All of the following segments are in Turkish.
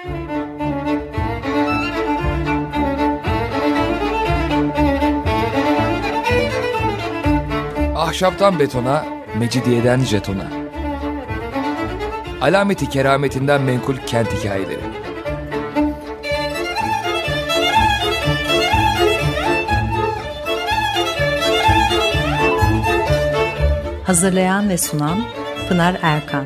Ahşaptan betona, mecidiyeden jetona. Alameti kerametinden menkul kent hikayeleri. Hazırlayan ve sunan Pınar Erkan.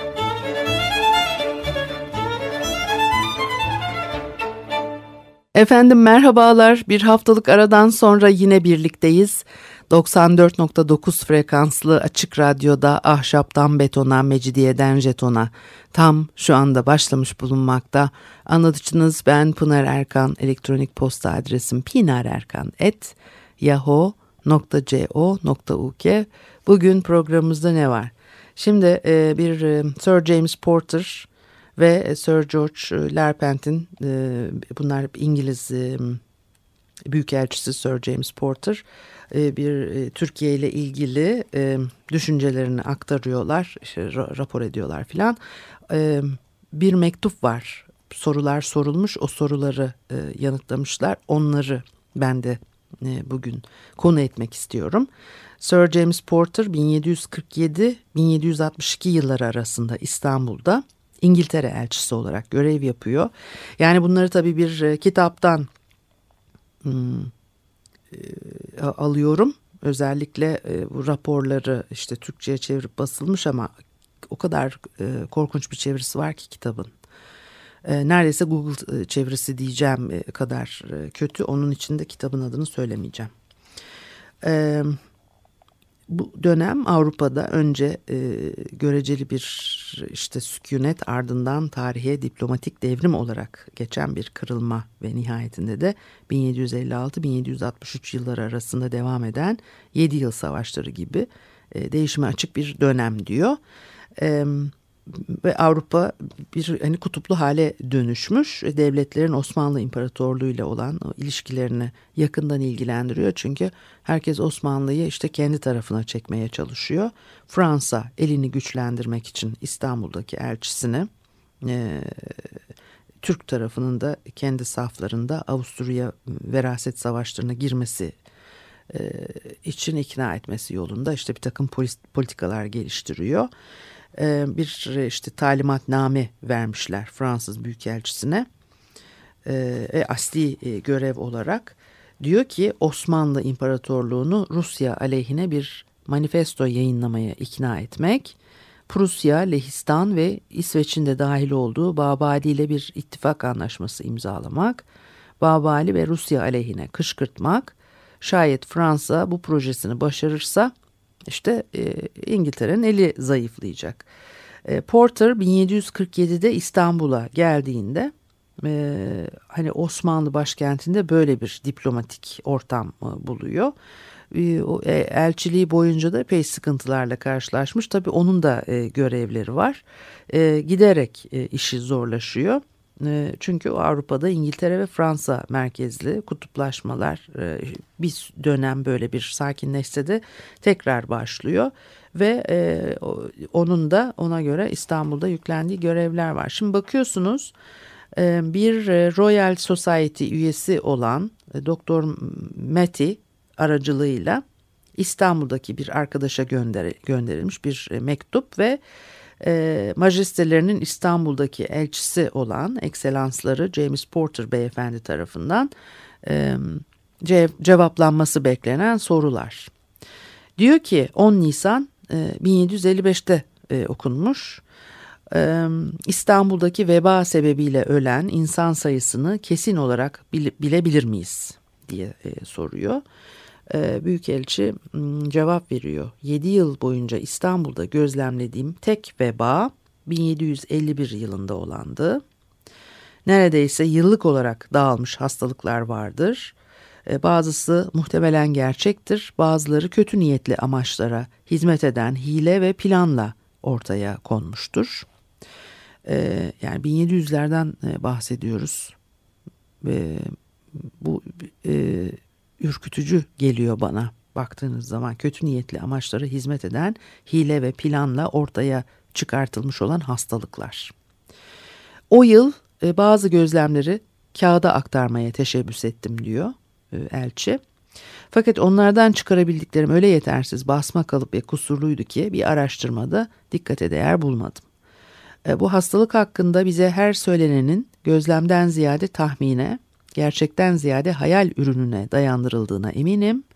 Efendim merhabalar. Bir haftalık aradan sonra yine birlikteyiz. 94.9 frekanslı açık radyoda ahşaptan betona, mecidiyeden jetona tam şu anda başlamış bulunmakta. Anlatıcınız ben Pınar Erkan. Elektronik posta adresim pinarerkan@yahoo.co.uk. Bugün programımızda ne var? Şimdi bir Sir James Porter ve Sir George Larpent'in, bunlar İngiliz Büyükelçisi Sir James Porter, bir Türkiye ile ilgili düşüncelerini aktarıyorlar, işte rapor ediyorlar filan. Bir mektup var, sorular sorulmuş, o soruları yanıtlamışlar. Onları ben de bugün konu etmek istiyorum. Sir James Porter 1747-1762 yılları arasında İstanbul'da İngiltere elçisi olarak görev yapıyor. Yani bunları tabii bir kitaptan alıyorum. Özellikle bu raporları işte Türkçe'ye çevirip basılmış ama o kadar korkunç bir çevirisi var ki kitabın. Neredeyse Google çevirisi diyeceğim kadar kötü. Onun için de kitabın adını söylemeyeceğim. Bu dönem Avrupa'da önce göreceli bir işte sükunet, ardından tarihe diplomatik devrim olarak geçen bir kırılma ve nihayetinde de 1756-1763 yılları arasında devam eden 7 yıl savaşları gibi değişime açık bir dönem diyor. Ve Avrupa bir kutuplu hale dönüşmüş. Devletlerin Osmanlı İmparatorluğu ile olan ilişkilerini yakından ilgilendiriyor. Çünkü herkes Osmanlı'yı işte kendi tarafına çekmeye çalışıyor. Fransa elini güçlendirmek için İstanbul'daki elçisini Türk tarafının da kendi saflarında Avusturya veraset savaşlarına girmesi için ikna etmesi yolunda işte bir takım politikalar geliştiriyor. Bir işte talimatname vermişler Fransız Büyükelçisine. Asli görev olarak diyor ki Osmanlı İmparatorluğu'nu Rusya aleyhine bir manifesto yayınlamaya ikna etmek, Prusya, Lehistan ve İsveç'in de dahil olduğu Babali ile bir ittifak anlaşması imzalamak, Babali ve Rusya aleyhine kışkırtmak, şayet Fransa bu projesini başarırsa İşte İngiltere'nin eli zayıflayacak. Porter 1747'de İstanbul'a geldiğinde Osmanlı başkentinde böyle bir diplomatik ortam buluyor. Elçiliği boyunca da epey sıkıntılarla karşılaşmış. Tabii onun da görevleri var. Giderek işi zorlaşıyor. Çünkü Avrupa'da İngiltere ve Fransa merkezli kutuplaşmalar bir dönem böyle bir sakinleşse de tekrar başlıyor ve onun da ona göre İstanbul'da yüklendiği görevler var. Şimdi bakıyorsunuz bir Royal Society üyesi olan Doktor Matty aracılığıyla İstanbul'daki bir arkadaşa gönderilmiş bir mektup ve majestelerinin İstanbul'daki elçisi olan ekselansları James Porter beyefendi tarafından cevaplanması beklenen sorular. Diyor ki 10 Nisan 1755'te okunmuş. İstanbul'daki veba sebebiyle ölen insan sayısını kesin olarak bilebilir miyiz diye soruyor. Büyükelçi cevap veriyor. 7 yıl boyunca İstanbul'da gözlemlediğim tek veba 1751 yılında olandı. Neredeyse yıllık olarak dağılmış hastalıklar vardır. Bazısı muhtemelen gerçektir, bazıları kötü niyetli amaçlara hizmet eden hile ve planla ortaya konmuştur. Yani 1700'lerden bahsediyoruz. Bu ürkütücü geliyor bana baktığınız zaman, kötü niyetli amaçlara hizmet eden hile ve planla ortaya çıkartılmış olan hastalıklar. O yıl bazı gözlemleri kağıda aktarmaya teşebbüs ettim diyor elçi. Fakat onlardan çıkarabildiklerim öyle yetersiz, basma kalıp ve kusurluydu ki bir araştırmada dikkate değer bulmadım. Bu hastalık hakkında bize her söylenenin gözlemden ziyade tahmine, gerçekten ziyade hayal ürününe dayandırıldığına eminim.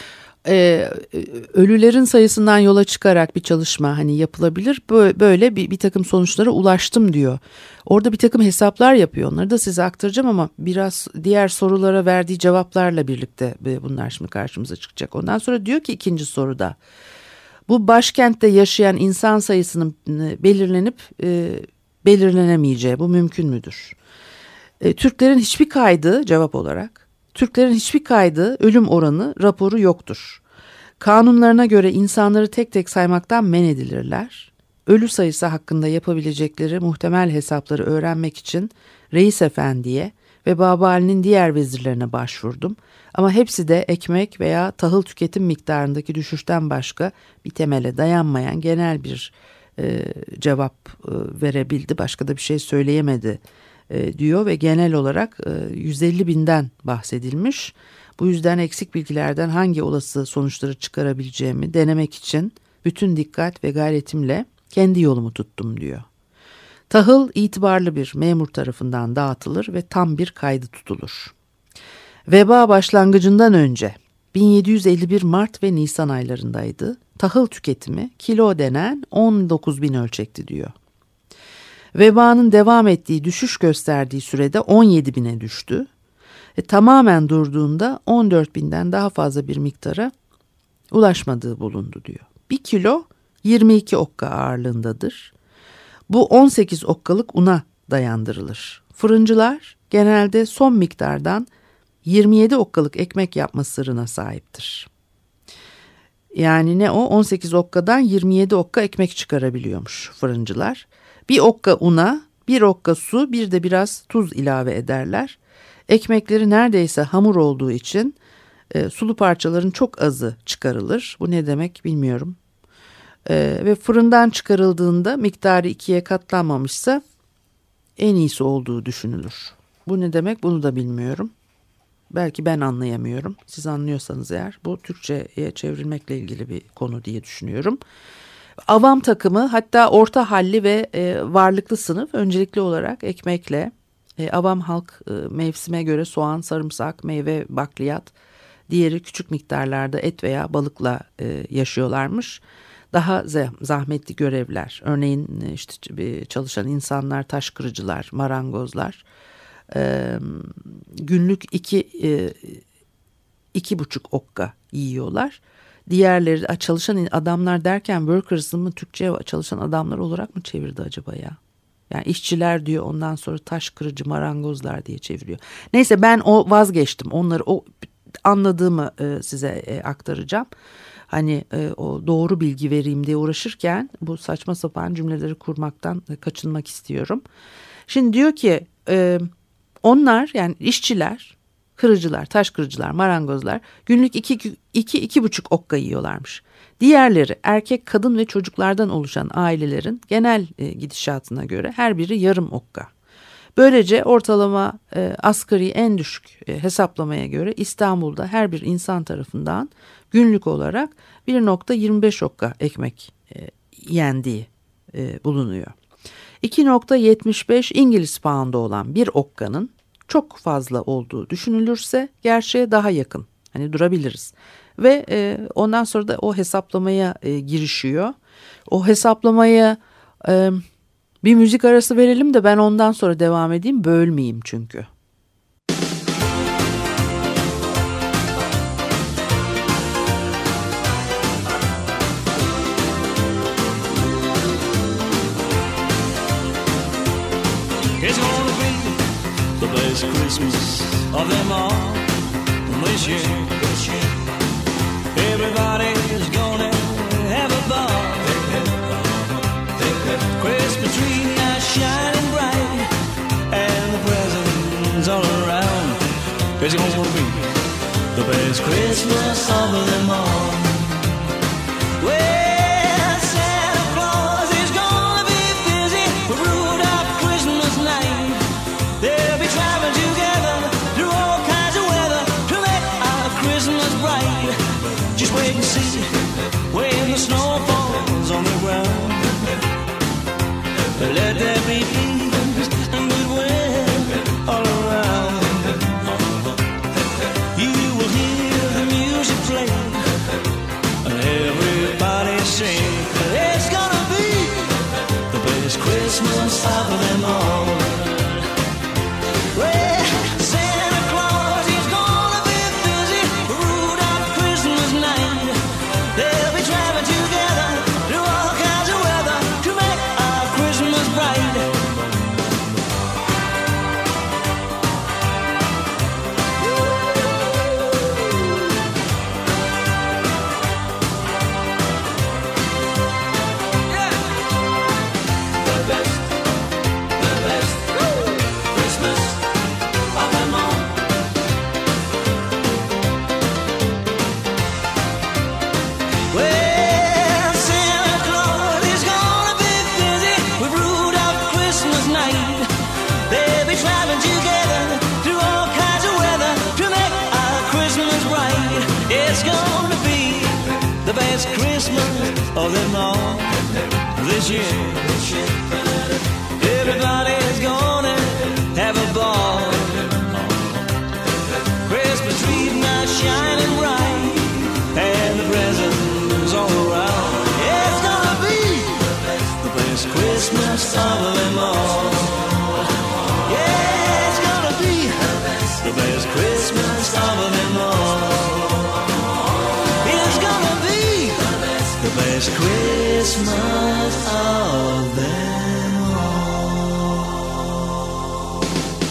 Ölülerin sayısından yola çıkarak bir çalışma hani yapılabilir. Böyle bir takım sonuçlara ulaştım diyor. Orada bir takım hesaplar yapıyor. Onları da size aktaracağım ama biraz diğer sorulara verdiği cevaplarla birlikte bunlar şimdi karşımıza çıkacak. Ondan sonra diyor ki ikinci soruda, bu başkentte yaşayan insan sayısının belirlenip belirlenemeyeceği bu mümkün müdür? Türklerin hiçbir kaydı, cevap olarak, Türklerin hiçbir kaydı, ölüm oranı raporu yoktur. Kanunlarına göre insanları tek tek saymaktan men edilirler. Ölü sayısı hakkında yapabilecekleri muhtemel hesapları öğrenmek için Reis Efendi'ye ve Babali'nin diğer vezirlerine başvurdum. Ama hepsi de ekmek veya tahıl tüketim miktarındaki düşüşten başka bir temele dayanmayan genel bir cevap verebildi. Başka da bir şey söyleyemedi diyor ve genel olarak 150 binden bahsedilmiş. Bu yüzden eksik bilgilerden hangi olası sonuçları çıkarabileceğimi denemek için bütün dikkat ve gayretimle kendi yolumu tuttum diyor. Tahıl itibarlı bir memur tarafından dağıtılır ve tam bir kaydı tutulur. Veba başlangıcından önce 1751 Mart ve Nisan aylarındaydı. Tahıl tüketimi kilo denen 19.000 ölçekti diyor. Vebanın devam ettiği, düşüş gösterdiği sürede 17.000'e düştü. Tamamen durduğunda 14.000'den daha fazla bir miktara ulaşmadığı bulundu diyor. 1 kilo 22 okka ağırlığındadır. Bu 18 okkalık una dayandırılır. Fırıncılar genelde son miktardan 27 okkalık ekmek yapma sırrına sahiptir. Yani ne o? 18 okkadan 27 okka ekmek çıkarabiliyormuş fırıncılar. Bir okka una, bir okka su, bir de biraz tuz ilave ederler. Ekmekleri neredeyse hamur olduğu için sulu parçaların çok azı çıkarılır. Bu ne demek bilmiyorum. Ve fırından çıkarıldığında miktarı 2'ye katlanmamışsa en iyisi olduğu düşünülür. Bu ne demek bunu da bilmiyorum. Belki ben anlayamıyorum. Siz anlıyorsanız eğer bu Türkçe'ye çevrilmekle ilgili bir konu diye düşünüyorum. Avam takımı, hatta orta halli ve varlıklı sınıf öncelikli olarak ekmekle, avam halk mevsime göre soğan, sarımsak, meyve, bakliyat, diğeri küçük miktarlarda et veya balıkla yaşıyorlarmış. Daha zahmetli görevler, örneğin işte çalışan insanlar, taş kırıcılar, marangozlar, günlük 2,5 okka yiyorlar. Diğerleri çalışan adamlar derken workers'ın mı Türkçe'ye çalışan adamlar olarak mı çevirdi acaba ya? Yani işçiler diyor, ondan sonra taş kırıcı, marangozlar diye çeviriyor. Neyse ben vazgeçtim. Onları anladığımı size aktaracağım. Hani o doğru bilgi vereyim diye uğraşırken bu saçma sapan cümleleri kurmaktan kaçınmak istiyorum. Şimdi diyor ki onlar, yani işçiler, kırıcılar, taş kırıcılar, marangozlar günlük 2,5 okka yiyorlarmış. Diğerleri erkek, kadın ve çocuklardan oluşan ailelerin genel gidişatına göre her biri yarım okka. Böylece ortalama asgari en düşük hesaplamaya göre İstanbul'da her bir insan tarafından günlük olarak 1,25 okka ekmek yendiği bulunuyor. 2,75 İngiliz pound'u olan bir okkanın çok fazla olduğu düşünülürse gerçeğe daha yakın. Hani durabiliriz. Ve ondan sonra da o hesaplamaya girişiyor. O hesaplamaya bir müzik arası verelim de ben ondan sonra devam edeyim. Bölmeyeyim çünkü. It's gonna be the best Christmas of them all this year. Everybody's gonna have a ball. Christmas tree now shining bright, and the presents all around. It's gonna be the best Christmas of them all. Well, Santa Claus is gonna be busy with Rudolph Christmas night. of them all this year. Everybody's gonna have a ball. Christmas trees now shining bright, and the presents all around. It's gonna be the best Christmas of them all. Yeah, it's gonna be the best Christmas of them all. It's gonna be the best Christmas of them all.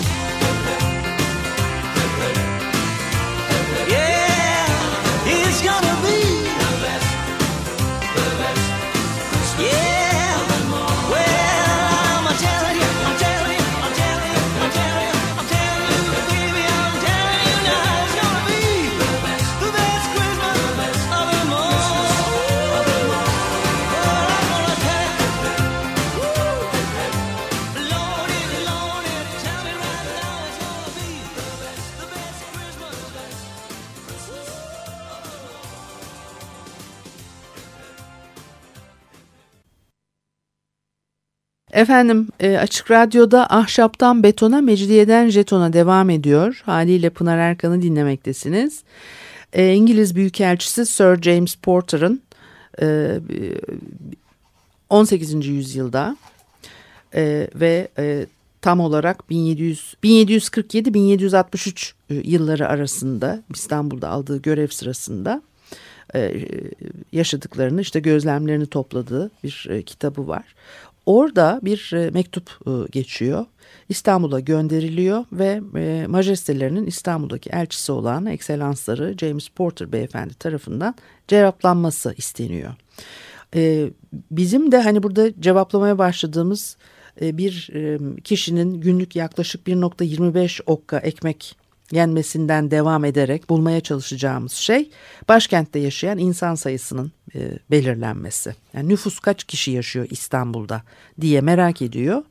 Yeah, it's gonna be the best. Yeah, well, I'm telling you, I'm telling you, I'm telling you, I'm telling you, I'm telling you, baby, I'm telling you now, it's gonna be the best Christmas of them all. Well, I'm gonna tell you, Lordy, Lordy, tell me right now, it's gonna be the best Christmas. Efendim Açık Radyo'da Ahşaptan Betona, Mecidiyeden Jeton'a devam ediyor. Haliyle Pınar Erkan'ı dinlemektesiniz. İngiliz Büyükelçisi Sir James Porter'ın 18. yüzyılda ve tam olarak 1747-1763 yılları arasında İstanbul'da aldığı görev sırasında yaşadıklarını, işte gözlemlerini topladığı bir kitabı var. Orada bir mektup geçiyor. İstanbul'a gönderiliyor ve majestelerinin İstanbul'daki elçisi olan ekselansları James Porter beyefendi tarafından cevaplanması isteniyor. Bizim de hani burada cevaplamaya başladığımız bir kişinin günlük yaklaşık 1.25 okka ekmek yenmesinden devam ederek bulmaya çalışacağımız şey başkentte yaşayan insan sayısının belirlenmesi. Yani nüfus kaç kişi yaşıyor İstanbul'da diye merak ediyor.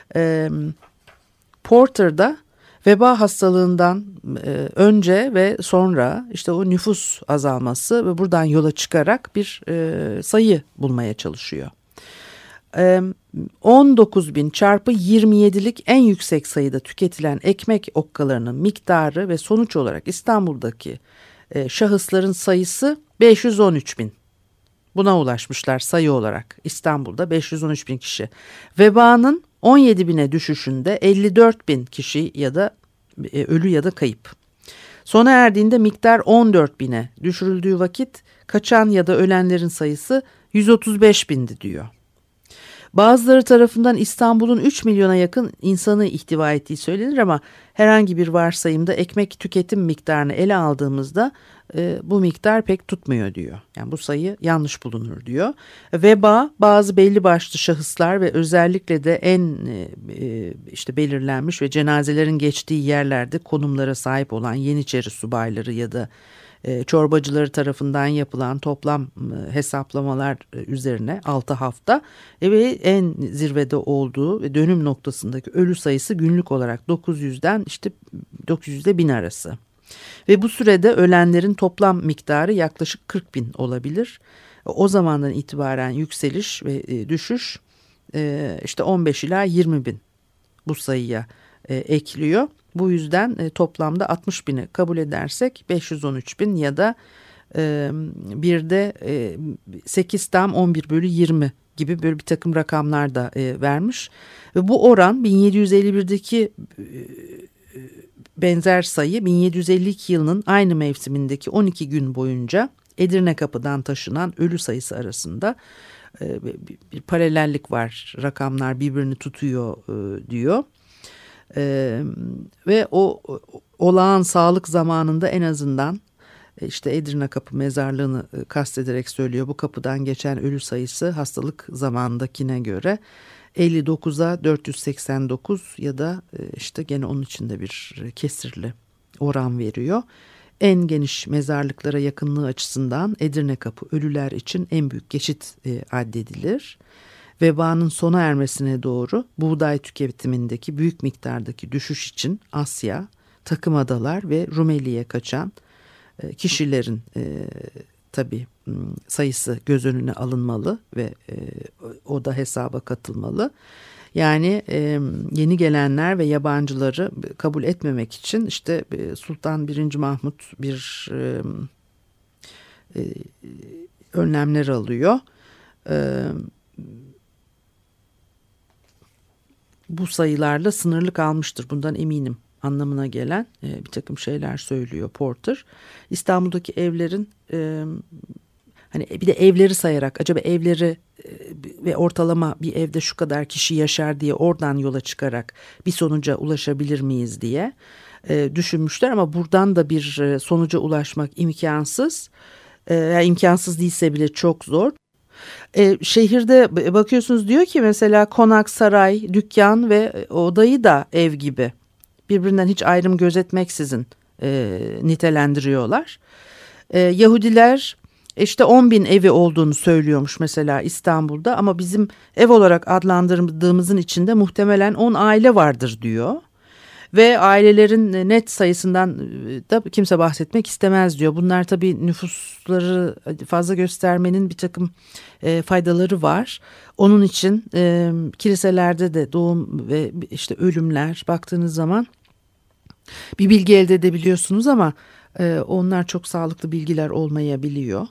Porter'da veba hastalığından önce ve sonra işte o nüfus azalması ve buradan yola çıkarak bir sayı bulmaya çalışıyor. 19.000 çarpı 27'lik en yüksek sayıda tüketilen ekmek okkalarının miktarı ve sonuç olarak İstanbul'daki şahısların sayısı 513.000. Buna ulaşmışlar sayı olarak İstanbul'da 513.000 kişi. Vebanın 17.000'e düşüşünde 54.000 kişi ya da ölü ya da kayıp. Sona erdiğinde miktar 14.000'e düşürüldüğü vakit kaçan ya da ölenlerin sayısı 135.000'di diyor. Bazıları tarafından İstanbul'un 3 milyona yakın insanı ihtiva ettiği söylenir ama herhangi bir varsayımda ekmek tüketim miktarını ele aldığımızda bu miktar pek tutmuyor diyor. Yani bu sayı yanlış bulunur diyor. Veba bazı belli başlı şahıslar ve özellikle de en işte belirlenmiş ve cenazelerin geçtiği yerlerde konumlara sahip olan Yeniçeri subayları ya da çorbacıları tarafından yapılan toplam hesaplamalar üzerine 6 hafta ve en zirvede olduğu ve dönüm noktasındaki ölü sayısı günlük olarak 900'den işte 900'de 1000 arası. Ve bu sürede ölenlerin toplam miktarı yaklaşık 40.000 olabilir. O zamandan itibaren yükseliş ve düşüş işte 15 ila 20.000 bu sayıya ekliyor. Bu yüzden toplamda 60.000'i kabul edersek 513.000 ya da bir de 8 tam 11 bölü 20 gibi böyle bir takım rakamlar da vermiş. Ve bu oran 1751'deki benzer sayı 1752 yılının aynı mevsimindeki 12 gün boyunca Edirne Kapı'dan taşınan ölü sayısı arasında bir paralellik var. Rakamlar birbirini tutuyor diyor. Ve o olağan sağlık zamanında en azından işte Edirne Kapı mezarlığını kastederek söylüyor. Bu kapıdan geçen ölü sayısı hastalık zamanındakine göre 59'a 489 ya da işte gene onun içinde bir kesirli oran veriyor. En geniş mezarlıklara yakınlığı açısından Edirne Kapı ölüler için en büyük geçit addedilir. Vebanın sona ermesine doğru buğday tüketimindeki büyük miktardaki düşüş için Asya, Takımadalar ve Rumeli'ye kaçan kişilerin tabii sayısı göz önüne alınmalı ve o da hesaba katılmalı. Yani yeni gelenler ve yabancıları kabul etmemek için işte Sultan 1. Mahmut bir önlemler alıyor. Bu sayılarla sınırlı kalmıştır, bundan eminim anlamına gelen bir takım şeyler söylüyor Porter. İstanbul'daki evlerin hani bir de evleri sayarak acaba evleri ve ortalama bir evde şu kadar kişi yaşar diye oradan yola çıkarak bir sonuca ulaşabilir miyiz diye düşünmüşler ama buradan da bir sonuca ulaşmak imkansız. Yani imkansız değilse bile çok zor. Şehirde bakıyorsunuz diyor ki mesela konak, saray, dükkan ve odayı da ev gibi birbirinden hiç ayrım gözetmeksizin nitelendiriyorlar. Yahudiler işte 10.000 evi olduğunu söylüyormuş mesela İstanbul'da ama bizim ev olarak adlandırdığımızın içinde muhtemelen 10 aile vardır diyor. Ve ailelerin net sayısından da kimse bahsetmek istemez diyor. Bunlar tabii nüfusları fazla göstermenin bir takım faydaları var. Onun için kiliselerde de doğum ve işte ölümler baktığınız zaman bir bilgi elde edebiliyorsunuz ama onlar çok sağlıklı bilgiler olmayabiliyor.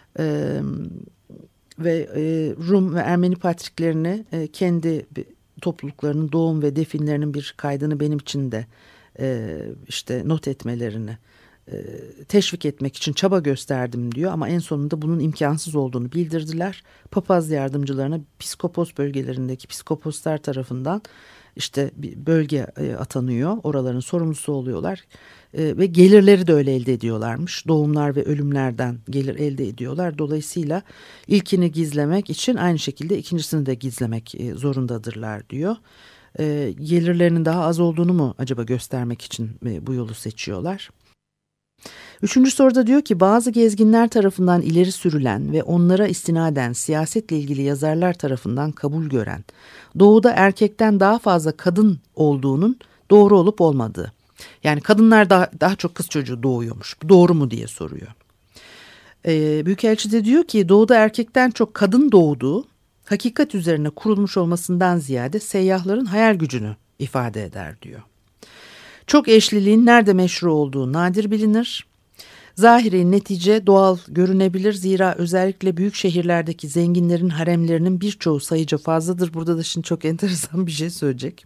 Ve Rum ve Ermeni patriklerini kendi topluluklarının doğum ve definlerinin bir kaydını benim için de işte not etmelerini teşvik etmek için çaba gösterdim diyor ama en sonunda bunun imkansız olduğunu bildirdiler. Papaz yardımcılarına piskopos bölgelerindeki piskoposlar tarafından işte bir bölge atanıyor, oraların sorumlusu oluyorlar ve gelirleri de öyle elde ediyorlarmış. Doğumlar ve ölümlerden gelir elde ediyorlar. Dolayısıyla ilkini gizlemek için aynı şekilde ikincisini de gizlemek zorundadırlar diyor. Gelirlerinin daha az olduğunu mu acaba göstermek için bu yolu seçiyorlar? Üçüncü soruda diyor ki bazı gezginler tarafından ileri sürülen ve onlara istinaden siyasetle ilgili yazarlar tarafından kabul gören doğuda erkekten daha fazla kadın olduğunun doğru olup olmadığı. Yani kadınlar daha çok kız çocuğu doğuyormuş. Doğru mu diye soruyor. Büyükelçi de diyor ki doğuda erkekten çok kadın doğduğu hakikat üzerine kurulmuş olmasından ziyade seyyahların hayal gücünü ifade eder diyor. Çok eşliliğin nerede meşru olduğu nadir bilinir. Zahiri netice doğal görünebilir. Zira özellikle büyük şehirlerdeki zenginlerin haremlerinin birçoğu sayıca fazladır. Burada da şimdi çok enteresan bir şey söyleyecek.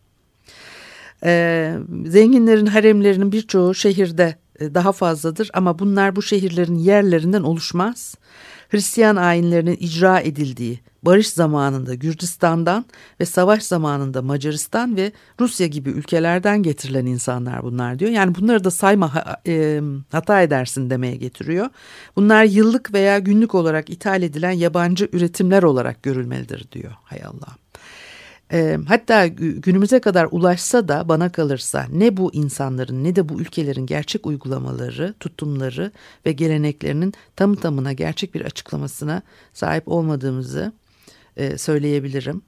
Zenginlerin haremlerinin birçoğu şehirde daha fazladır ama bunlar bu şehirlerin yerlerinden oluşmaz. Hristiyan ayinlerinin icra edildiği barış zamanında Gürcistan'dan ve savaş zamanında Macaristan ve Rusya gibi ülkelerden getirilen insanlar bunlar diyor. Yani bunları da sayma hata edersin demeye getiriyor. Bunlar yıllık veya günlük olarak ithal edilen yabancı üretimler olarak görülmelidir diyor. Hay Allah. Hatta günümüze kadar ulaşsa da bana kalırsa ne bu insanların ne de bu ülkelerin gerçek uygulamaları, tutumları ve geleneklerinin tamı tamına gerçek bir açıklamasına sahip olmadığımızı söyleyebilirim.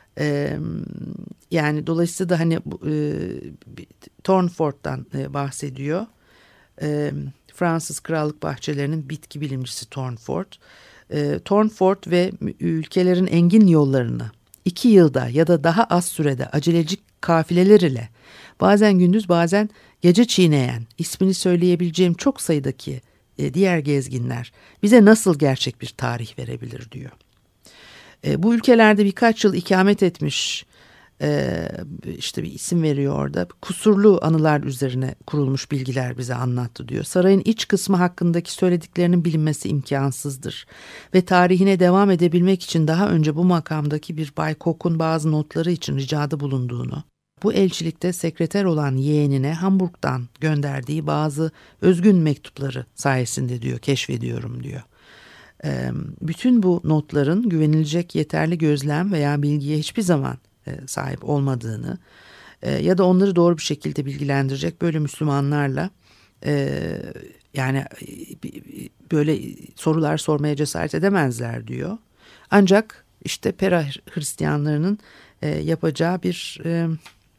Yani dolayısıyla da hani Tournefort'tan bahsediyor. Fransız krallık bahçelerinin bitki bilimcisi Tournefort. Tournefort ve ülkelerin engin yollarını 2 yılda ya da daha az sürede acelecik kafileler ile bazen gündüz bazen gece çiğneyen ismini söyleyebileceğim çok sayıdaki diğer gezginler bize nasıl gerçek bir tarih verebilir diyor. Bu ülkelerde birkaç yıl ikamet etmiş işte bir isim veriyor orada. Kusurlu anılar üzerine kurulmuş bilgiler bize anlattı diyor. Sarayın iç kısmı hakkındaki söylediklerinin bilinmesi imkansızdır. Ve tarihine devam edebilmek için daha önce bu makamdaki bir Bay Koch'un bazı notları için ricada bulunduğunu, bu elçilikte sekreter olan yeğenine Hamburg'dan gönderdiği bazı özgün mektupları sayesinde diyor keşfediyorum diyor. Bütün bu notların güvenilecek yeterli gözlem veya bilgiye hiçbir zaman sahip olmadığını ya da onları doğru bir şekilde bilgilendirecek böyle Müslümanlarla yani böyle sorular sormaya cesaret edemezler diyor. Ancak işte Pera Hristiyanlarının yapacağı bir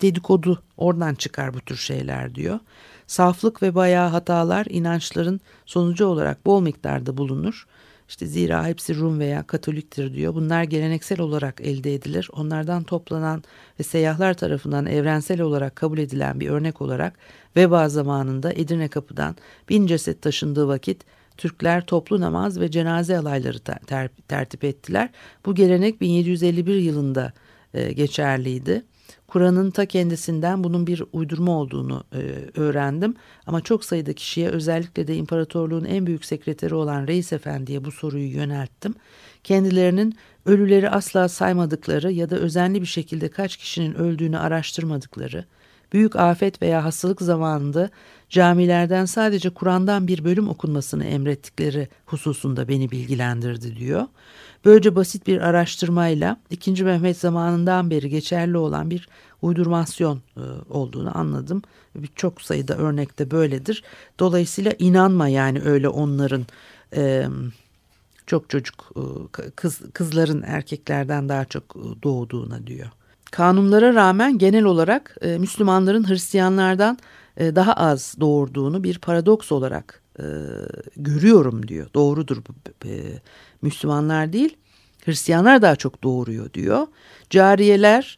dedikodu, oradan çıkar bu tür şeyler diyor. Saflık ve bayağı hatalar inançların sonucu olarak bol miktarda bulunur. İşte zira hepsi Rum veya Katoliktir diyor. Bunlar geleneksel olarak elde edilir. Onlardan toplanan ve seyyahlar tarafından evrensel olarak kabul edilen bir örnek olarak veba zamanında Edirne Kapı'dan 1000 ceset taşındığı vakit Türkler toplu namaz ve cenaze alayları tertip ettiler. Bu gelenek 1751 yılında geçerliydi. Kur'an'ın ta kendisinden bunun bir uydurma olduğunu öğrendim. Ama çok sayıda kişiye, özellikle de imparatorluğun en büyük sekreteri olan Reis Efendi'ye bu soruyu yönelttim. Kendilerinin ölüleri asla saymadıkları ya da özenli bir şekilde kaç kişinin öldüğünü araştırmadıkları, büyük afet veya hastalık zamanında camilerden sadece Kur'an'dan bir bölüm okunmasını emrettikleri hususunda beni bilgilendirdi diyor. Böylece basit bir araştırmayla 2. Mehmet zamanından beri geçerli olan bir uydurmasyon olduğunu anladım. Çok sayıda örnekte böyledir. Dolayısıyla inanma yani öyle onların çok çocuk kızların erkeklerden daha çok doğduğuna diyor. Kanunlara rağmen genel olarak Müslümanların Hristiyanlardan daha az doğurduğunu bir paradoks olarak görüyorum diyor. Doğrudur bu. Müslümanlar değil, Hristiyanlar daha çok doğuruyor diyor. Cariyeler,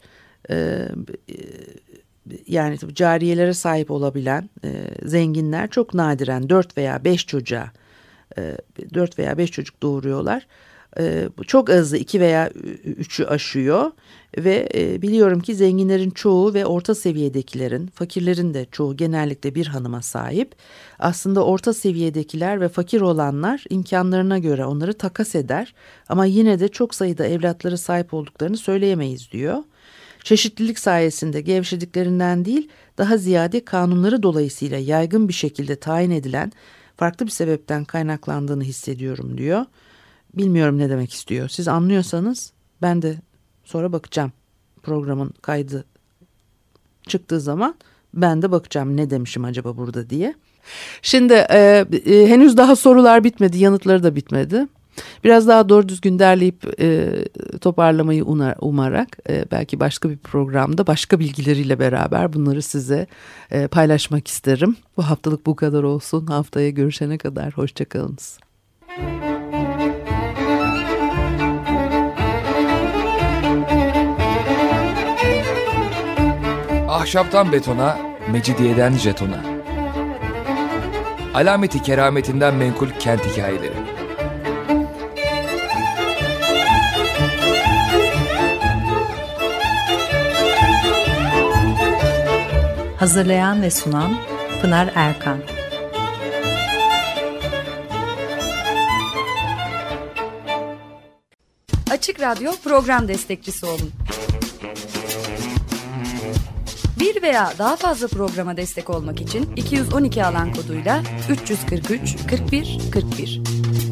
yani cariyelere sahip olabilen zenginler çok nadiren 4 veya 5 çocuk doğuruyorlar. Çok azı 2 veya 3'ü aşıyor ve biliyorum ki zenginlerin çoğu ve orta seviyedekilerin, fakirlerin de çoğu genellikle bir hanıma sahip. Aslında orta seviyedekiler ve fakir olanlar imkanlarına göre onları takas eder ama yine de çok sayıda evlatları sahip olduklarını söyleyemeyiz diyor. Çeşitlilik sayesinde gevşediklerinden değil, daha ziyade kanunları dolayısıyla yaygın bir şekilde tayin edilen farklı bir sebepten kaynaklandığını hissediyorum diyor. Bilmiyorum ne demek istiyor. Siz anlıyorsanız ben de sonra bakacağım. Programın kaydı çıktığı zaman ben de bakacağım ne demişim acaba burada diye. Şimdi henüz daha sorular bitmedi, yanıtları da bitmedi. Biraz daha doğru düzgün derleyip toparlamayı umarak belki başka bir programda başka bilgileriyle beraber bunları size paylaşmak isterim. Bu haftalık bu kadar olsun. Haftaya görüşene kadar hoşçakalınız. Ahşaptan betona, mecidiyeden jetona. Alameti kerametinden menkul kent hikayeleri. Hazırlayan ve sunan Pınar Erkan. Açık Radyo program destekçisi olun. Bir veya daha fazla programa destek olmak için 212 alan koduyla 343 41 41.